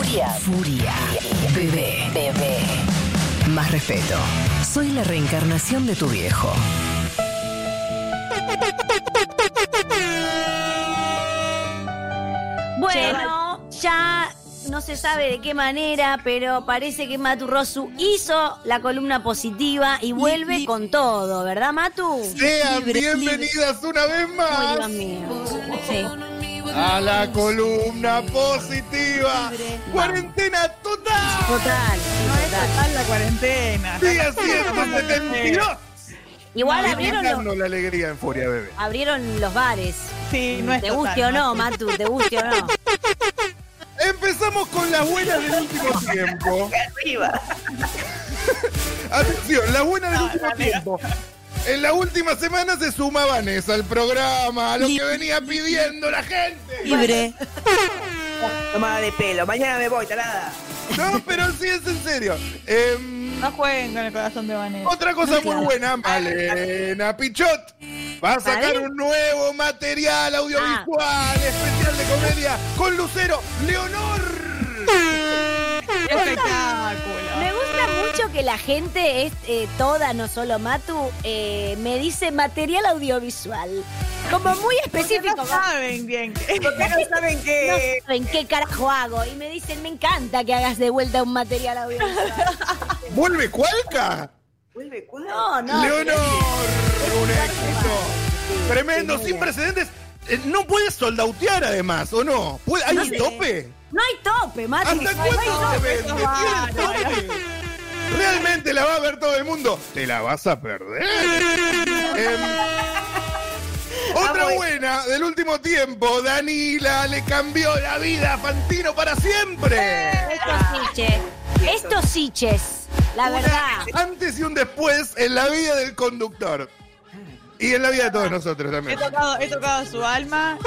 Furia. Bebé. Más respeto. Soy la reencarnación de tu viejo. Bueno, ya no se sabe de qué manera, pero parece que Matu Rosu hizo la columna positiva y vuelve con todo, ¿verdad, Matu? Sean bienvenidas una vez más. Dios mío. Sí. A la columna positiva. Cuarentena total. Total. Total la cuarentena. Día 172. Igual Invitando la alegría en Furia, bebé. abrieron los bares. Sí, no es Te total, guste o no, Matu, te guste o no. Empezamos con las buenas del último tiempo. Arriba. Atención, las buenas del último tiempo. En la última semana se suma Vanessa al programa, a lo que venía pidiendo la gente. Libre. Tomada de pelo. Mañana me voy, talada. No, pero sí es en serio. No jueguen con el corazón de Vanessa. Otra cosa muy buena, Malena Pichot va a sacar un nuevo material audiovisual especial de comedia con Lucero Leonor. Espectáculo. Me gusta mucho que la gente, toda, no solo Matu, me dice material audiovisual. Como muy específico. No saben bien qué. ¿Por qué no saben qué? No saben qué carajo hago. Y me dicen, me encanta que hagas de vuelta un material audiovisual. ¿Vuelve Cualca? ¿Vuelve cuál? No. Leonor, un éxito. Tremendo, sin precedentes. No puedes soldautear además, ¿o no? ¿Hay un tope? No hay tope, Matu. ¿Hasta cuándo se vende? ¿Tiene tope? Realmente la va a ver todo el mundo. Te la vas a perder. Otra buena del último tiempo, Danila le cambió la vida a Fantino para siempre. Estos siches, la verdad. Antes y un después en la vida del conductor. Y en la vida de todos nosotros también. He tocado su alma.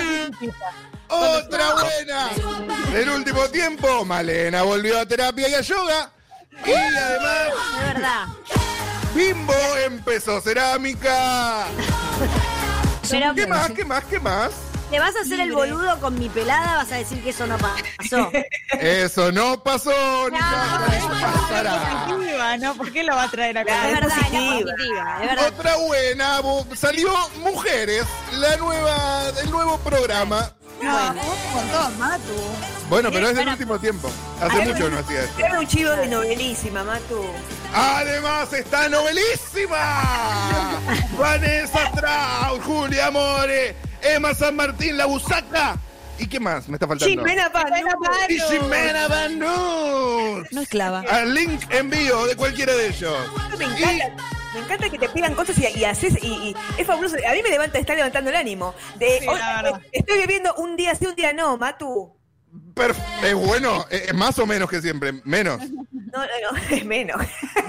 Otra buena del último tiempo, Malena volvió a terapia y a yoga. Y además, De verdad. Bimbo empezó cerámica. Pero, ¿Qué más? ¿te vas a hacer el boludo con mi pelada? ¿Vas a decir que eso no pasó? Eso no pasó, ni pasará. Positiva, ¿no? ¿Por qué lo va a traer acá? Es verdad, positiva. es positiva, es verdad. Otra buena, salió Mujeres, el nuevo programa. No, un montón, Matu. Bueno, pero es del Bueno. último tiempo. Hace mucho no hacía esto. Era un chivo de novelísima, Matu. Además está novelísima. Vanessa Strauss, Julia More, Emma San Martín, La Busaca. ¿Y qué más me está faltando? Jimena Panu. Y Jimena Banús. No esclava. Al link envío de cualquiera de ellos. Me encanta que te pidan cosas y haces y es fabuloso. A mí me está levantando el ánimo. Sí, la verdad. Estoy viviendo un día sí, un día no, Matu. Es bueno, es más o menos que siempre. Menos. No, es menos.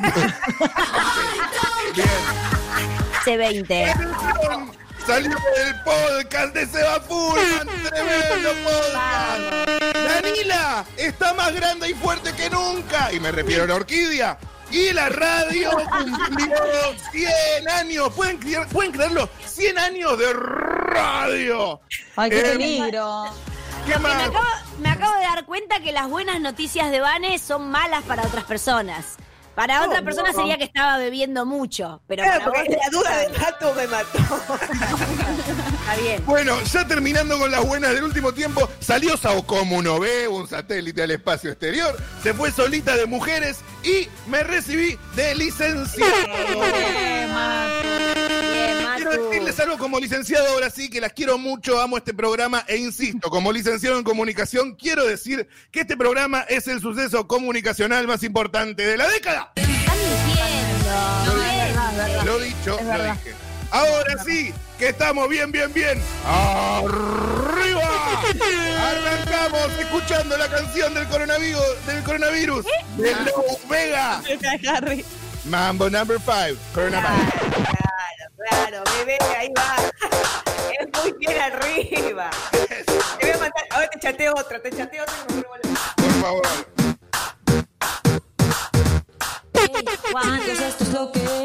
Bien. C20. Salió el podcast de Seba Fullman, tremendo podcast. Danila está más grande y fuerte que nunca. Y me refiero a la orquídea. Y la radio cumplió 100 años. ¿Pueden creerlo? 100 años de radio. Ay, qué peligro. ¿Qué Que más? me acabo de dar cuenta que las buenas noticias de Vane son malas para otras personas. Para otra persona sería que estaba bebiendo mucho, pero Claro, para vos porque la duda de Matu me mató. está bien. Bueno, ya terminando con las buenas del último tiempo, salió Saocom 1B, un satélite al espacio exterior, se fue solita de mujeres y me recibí de licenciado. Bien, Quiero Matu. decirles algo como licenciado, ahora sí, que las quiero mucho, amo este programa e insisto, como licenciado en comunicación, quiero decir que este programa es el suceso comunicacional más importante de la década. Están mintiendo. Lo dicho, lo dije. Ahora sí, que estamos bien. ¡Arriba! Arrancamos escuchando la canción del coronavirus de Low Vega. Harry. Mambo number 5, coronavirus. Claro, bebé, ahí va. Es muy bien arriba. Te voy a matar. Ahora te chateo otro y me vuelvo loca. Por favor. Pues esto es lo que hay.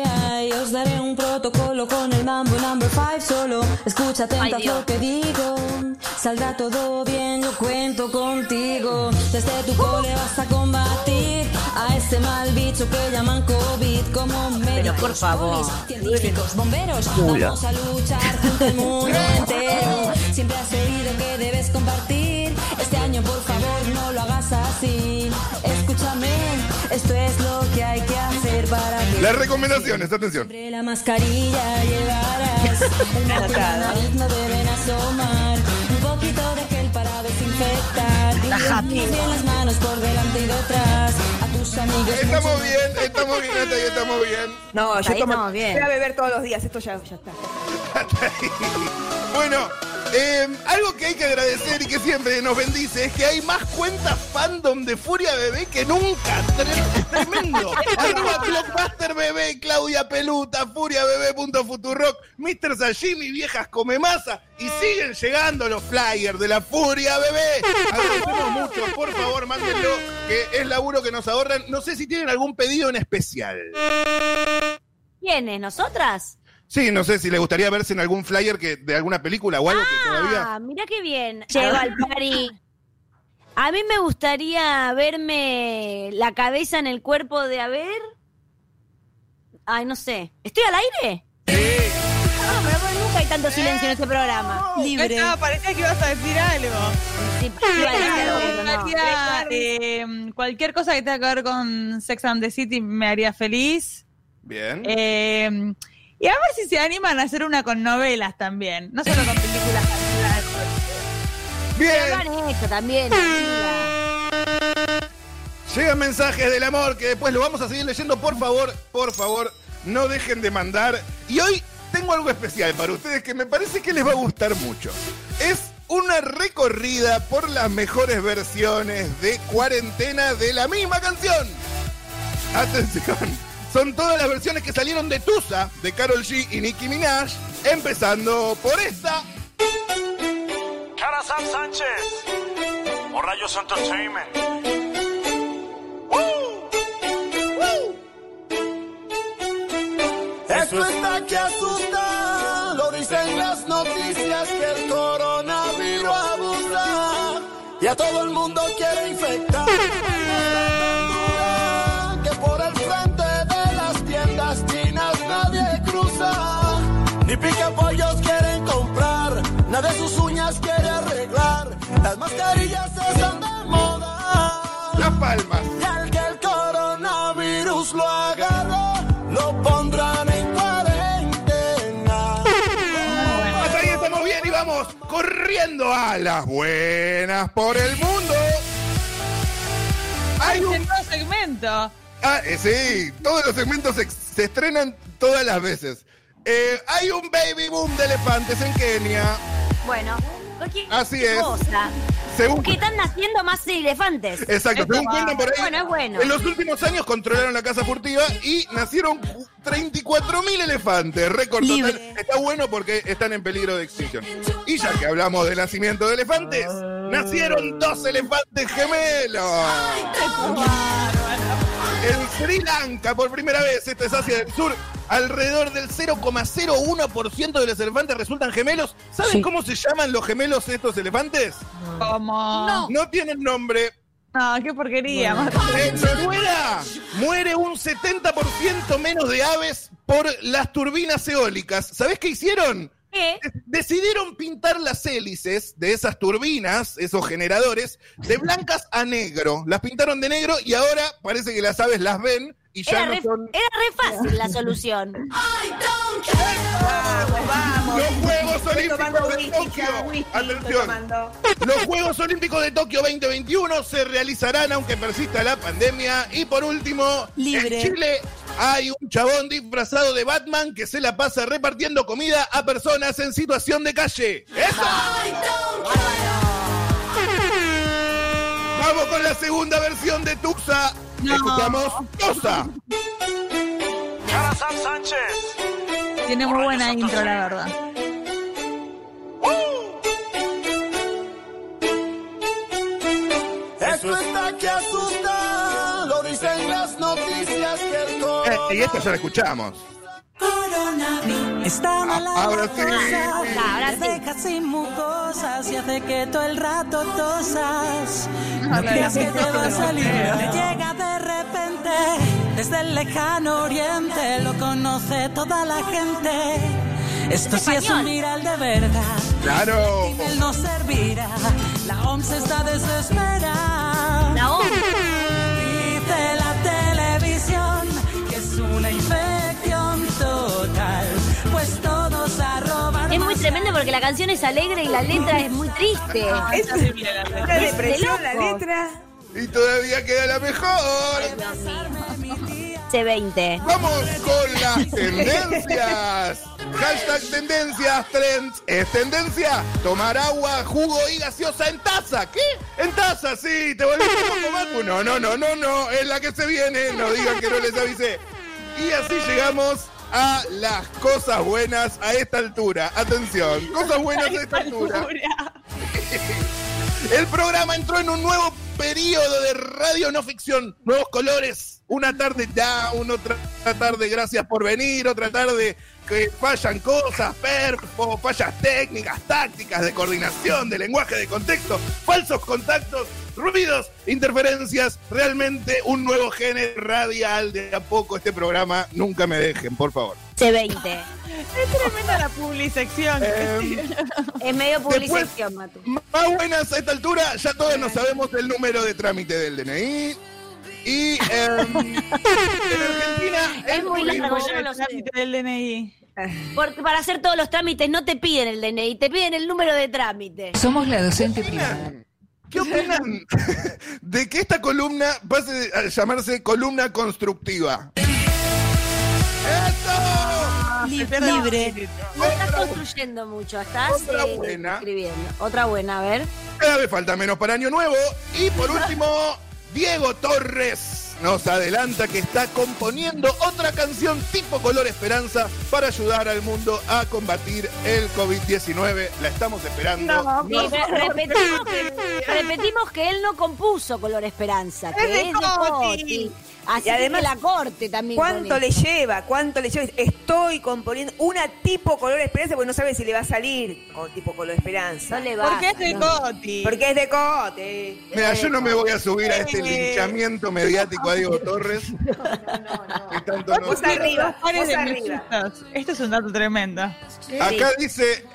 y os daré un protocolo con el Mambo number 5 solo. Escucha atenta lo que digo. Saldrá todo bien, yo cuento contigo. Desde tu cole vas a combatir a ese mal bicho que llaman COVID. Como médicos, pero por favor, científicos, bomberos, vamos a luchar junto el mundo entero. Siempre has oído que debes compartir. Este año por favor no lo hagas así. Escúchame, esto es lo que hay que hacer para que... Las recomendaciones, atención. Siempre la mascarilla llevarás. El moco y la nariz no deben asomar. Un poquito de gel para desinfectar. Y limpies bien las manos por delante y detrás. A tus amigos... Estamos bien, Natalia, estamos bien. No, yo Ahí tomo, estamos bien. voy a beber todos los días, esto ya está. Bueno, algo que hay que agradecer y que siempre nos bendice es que hay más cuentas fandom de Furia Bebé que nunca. Tremendo. Arriba Blockbuster Bebé, Claudia Peluta, FuriaBebé.Futurock, Mr. Sashimi, Viejas Come Masa, y siguen llegando los flyers de la Furia Bebé. Agradecemos mucho, por favor, mándenlo, que es laburo que nos ahorran. No sé si tienen algún pedido en especial. ¿Quiénes? ¿Nosotras? Sí, no sé si les gustaría verse en algún flyer de alguna película o algo que todavía... Ah, mira qué bien. Llego al party. A mí me gustaría verme la cabeza en el cuerpo de Haber. Ay, no sé. ¿Estoy al aire? Sí. No, pero nunca hay tanto silencio en este programa. Libre. Parecía que ibas a decir algo. Sí, iba a decir algo, pero no. Cualquier cosa que tenga que ver con Sex and the City me haría feliz. Bien. Y a ver si se animan a hacer una con novelas también, no solo con películas. Bien. Pero hagan esto también, Llegan mensajes del amor que después lo vamos a seguir leyendo. Por favor, no dejen de mandar. Y hoy tengo algo especial para ustedes que me parece que les va a gustar mucho. Es una recorrida por las mejores versiones de Cuarentena de la misma canción. Atención. Son todas las versiones que salieron de Tusa, de Karol G y Nicki Minaj, empezando por esta. Carazán Sánchez, o Rayos Entertainment. Esto está que asusta, lo dicen las noticias que el coronavirus abusa y a todo el mundo quiere infectar. Que por el frente de las tiendas chinas nadie cruza, ni picapollos quieren comprar, nadie sus uñas quiere arreglar, las mascarillas están de moda. Las Palmas. Y al que el coronavirus lo agarró, lo pondrán en cuarentena. Hasta ahí estamos bien y vamos corriendo a las buenas por el mundo. Hay un nuevo segmento. Sí, todos los segmentos se estrenan todas las veces. Hay un baby boom de elefantes en Kenia. Bueno, así qué es. cosa. Según que están naciendo más elefantes. Exacto, según cuentan por ahí. Bueno, es bueno. En los últimos años controlaron la caza furtiva y nacieron 34.000 elefantes. Récord total. Está bueno porque están en peligro de extinción. Y ya que hablamos de nacimiento de elefantes, nacieron 2 elefantes gemelos. En Sri Lanka, por primera vez, esto es Asia del Sur, alrededor del 0,01% de los elefantes resultan gemelos. ¿Saben cómo se llaman los gemelos estos elefantes? ¿Cómo? No tienen nombre. No, qué porquería. En Noruega muere un 70% menos de aves por las turbinas eólicas. ¿Sabés qué hicieron? ¿Qué? Decidieron pintar las hélices de esas turbinas, esos generadores, de blancas a negro. Las pintaron de negro y ahora parece que las aves las ven y ya no son... Era re fácil la solución. Vamos. Los Juegos Olímpicos de Tokio. Atención. Los Juegos Olímpicos de Tokio 2021 se realizarán aunque persista la pandemia. Y por último, en Chile hay un chabón disfrazado de Batman que se la pasa repartiendo comida a personas en situación de calle. ¡Eso! Vamos con la segunda versión de Tusa. Escuchamos Tusa. Carazán Sánchez. Tiene muy buena intro, la verdad. Esto está que asusta, lo dicen las noticias que el Y esto ya lo escuchamos. coronavirus. Está mala ahora la sí. cosa, Ahora te sí. deja sin mucosas y hace que todo el rato tosas. No Hola, creas que la te va a gente salir, no te llega de repente desde el lejano oriente, lo conoce toda la gente. Esto sí es español. un viral de verdad. Claro. Él no servirá, la OMS está desesperada. La OMS. Dice la televisión que es una infección total, pues todos a robar. Es muy tremendo porque la canción es alegre y la letra es muy triste. Es terrible la una Es depresión de la locos. letra. Y todavía queda la mejor. C20. Vamos con las tendencias. Hashtag tendencias, trends. ¿Es tendencia? Tomar agua, jugo y gaseosa en taza. ¿Qué? En taza, sí. ¿Te volviste a tomar? No. Es la que se viene. No digan que no les avisé. Y así llegamos a las cosas buenas a esta altura. Atención, cosas buenas a esta altura. El programa entró en un nuevo periodo de radio no ficción, nuevos colores. Una tarde down, otra tarde gracias por venir, otra tarde que fallan cosas, perfo, fallas técnicas, tácticas, de coordinación, de lenguaje, de contexto, falsos contactos, ruidos, interferencias. Realmente un nuevo género radial. De a poco este programa, nunca me dejen, por favor. C20. Es tremenda la publisección. Es medio Después, publicación, Matu. más buenas a esta altura, ya todos nos sabemos el número de trámite del DNI. Y en Argentina Es muy largo, yo no lo sé. Del DNI. Porque para hacer todos los trámites no te piden el DNI, te piden el número de trámite. Somos la docente privada. ¿Qué opinan de que esta columna pase a llamarse columna constructiva? ¡Eso! Libre. No estás construyendo mucho, estás Otra buena. escribiendo. Otra buena, a ver. Cada vez falta menos para Año Nuevo. Y por último, Diego Torres nos adelanta que está componiendo otra canción tipo Color Esperanza para ayudar al mundo a combatir el COVID-19. La estamos esperando. Sí, pero repetimos que él no compuso Color Esperanza, que es de Coti. Así Y además, que la corte también. ¿Cuánto con le eso. lleva? ¿Cuánto le lleva? Estoy componiendo una tipo color esperanza porque no sabe si le va a salir con tipo color esperanza. No le va. Porque es de Coti. Porque es de Cote. Mira, yo no me voy a subir a este linchamiento mediático a Diego Torres. Que tanto nos- Vos arriba, Pares vos de arriba. mellizos. Esto es un dato tremendo. Acá dice,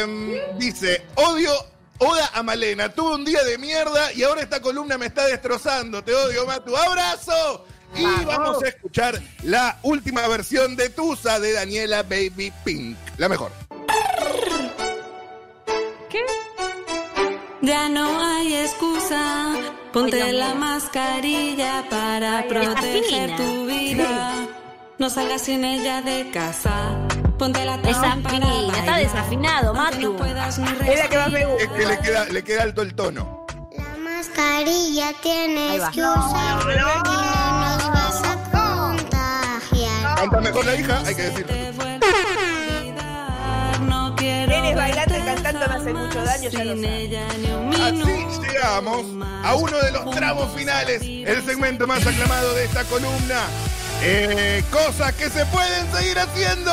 oda a Malena, tuve un día de mierda y ahora esta columna me está destrozando. Te odio, Matu. ¡Abrazo! Y vamos a escuchar la última versión de Tusa de Daniela Baby Pink. La mejor. Ya no hay excusa, ponte Ay, Dios la mío. mascarilla para Ay, proteger desafina. tu vida. No salgas sin ella de casa, ponte la Desafina, está desafinado, Matu. Es la que más me gusta. Es que le queda alto el tono. La mascarilla Ahí tienes va. que usar y no nos vas a contagiar. Canta mejor la hija, hay que decirlo. No quiero Nenes bailando y verte cantando me hace mucho daño, ya lo sin sabes. ella ni un minuto. Así llegamos a uno de los tramos finales, el segmento más aclamado de esta columna. Cosas que se pueden seguir haciendo.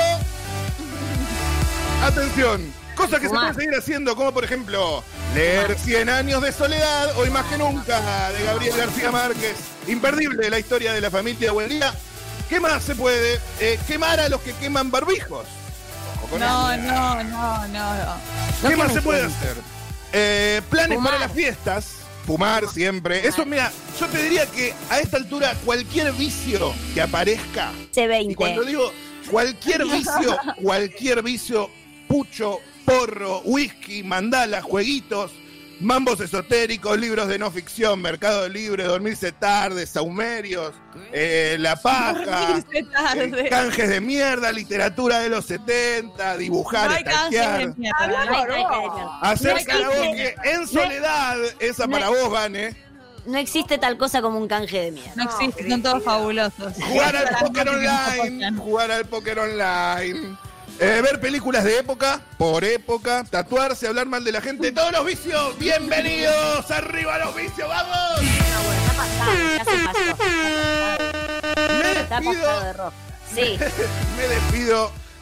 Atención, cosas que se pueden seguir haciendo, como por ejemplo leer 100 años de soledad, hoy más que nunca, de Gabriel García Márquez. Imperdible la historia de la familia Buendía. ¿Qué más se puede? Quemar a los que queman barbijos. Ojo con No, eso. no. ¿Qué más se puede hacer? Planes Fumar. para las fiestas. Fumar siempre. Eso, mira, yo te diría que a esta altura cualquier vicio que aparezca, y cuando C20. digo cualquier vicio, pucho, porro, whisky, mandala, jueguitos, mambos esotéricos, libros de no ficción, Mercado Libre, dormirse tarde, saumerios, la paja, Dormirse tarde. canjes de mierda, literatura de los 70, dibujar, No hay canjes de estaquear. mierda. Hacer No existe. karaoke en soledad, esa para vos, Vane. No existe tal cosa como un canje de mierda. No existe, son todos fabulosos. Jugar al Las póker máquinas que nos online. apoyan. Jugar al póker online. Ver películas de época, por época. Tatuarse, hablar mal de la gente. Todos los vicios, bienvenidos. Arriba los vicios, vamos. Ya se pasó. Me Está pasado de despido, rojo. Sí. me despido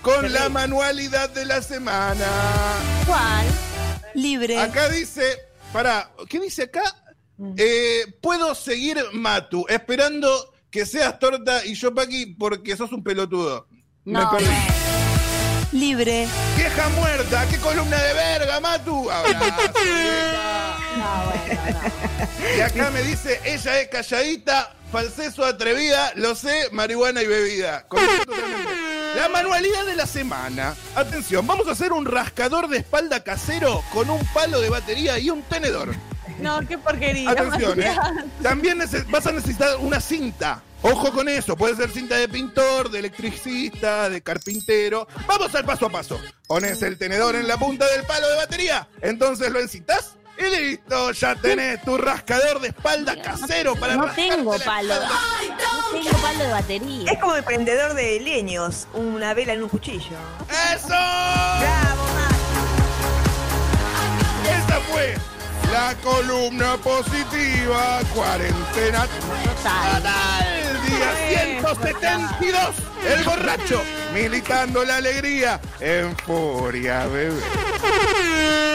con la manualidad de la semana. ¿Cuál? Libre. Acá dice, ¿qué dice acá? Puedo seguir Matu, esperando que seas torta y yo Paqui porque sos un pelotudo. No, Me perdí. Libre. Vieja muerta, qué columna de verga, Matu. Abrazo, vieja. No, bueno, no. Y acá me dice, ella es calladita, falseso atrevida, lo sé, marihuana y bebida. Conozco totalmente. La manualidad de la semana. Atención, vamos a hacer un rascador de espalda casero con un palo de batería y un tenedor. No, qué porquería. Atención, también vas a necesitar una cinta. Ojo con eso, puede ser cinta de pintor, de electricista, de carpintero. Vamos al paso a paso. Pones el tenedor en la punta del palo de batería, entonces lo encintas y listo, ya tenés tu rascador de espalda casero para No rascarte tengo la palo. espalda. No tengo palo de batería. Es como el prendedor de leños, una vela en un cuchillo. ¡Eso! ¡Bravo, Max! Esa fue la columna positiva, cuarentena total, día 172, el borracho, militando la alegría en Furia, bebé.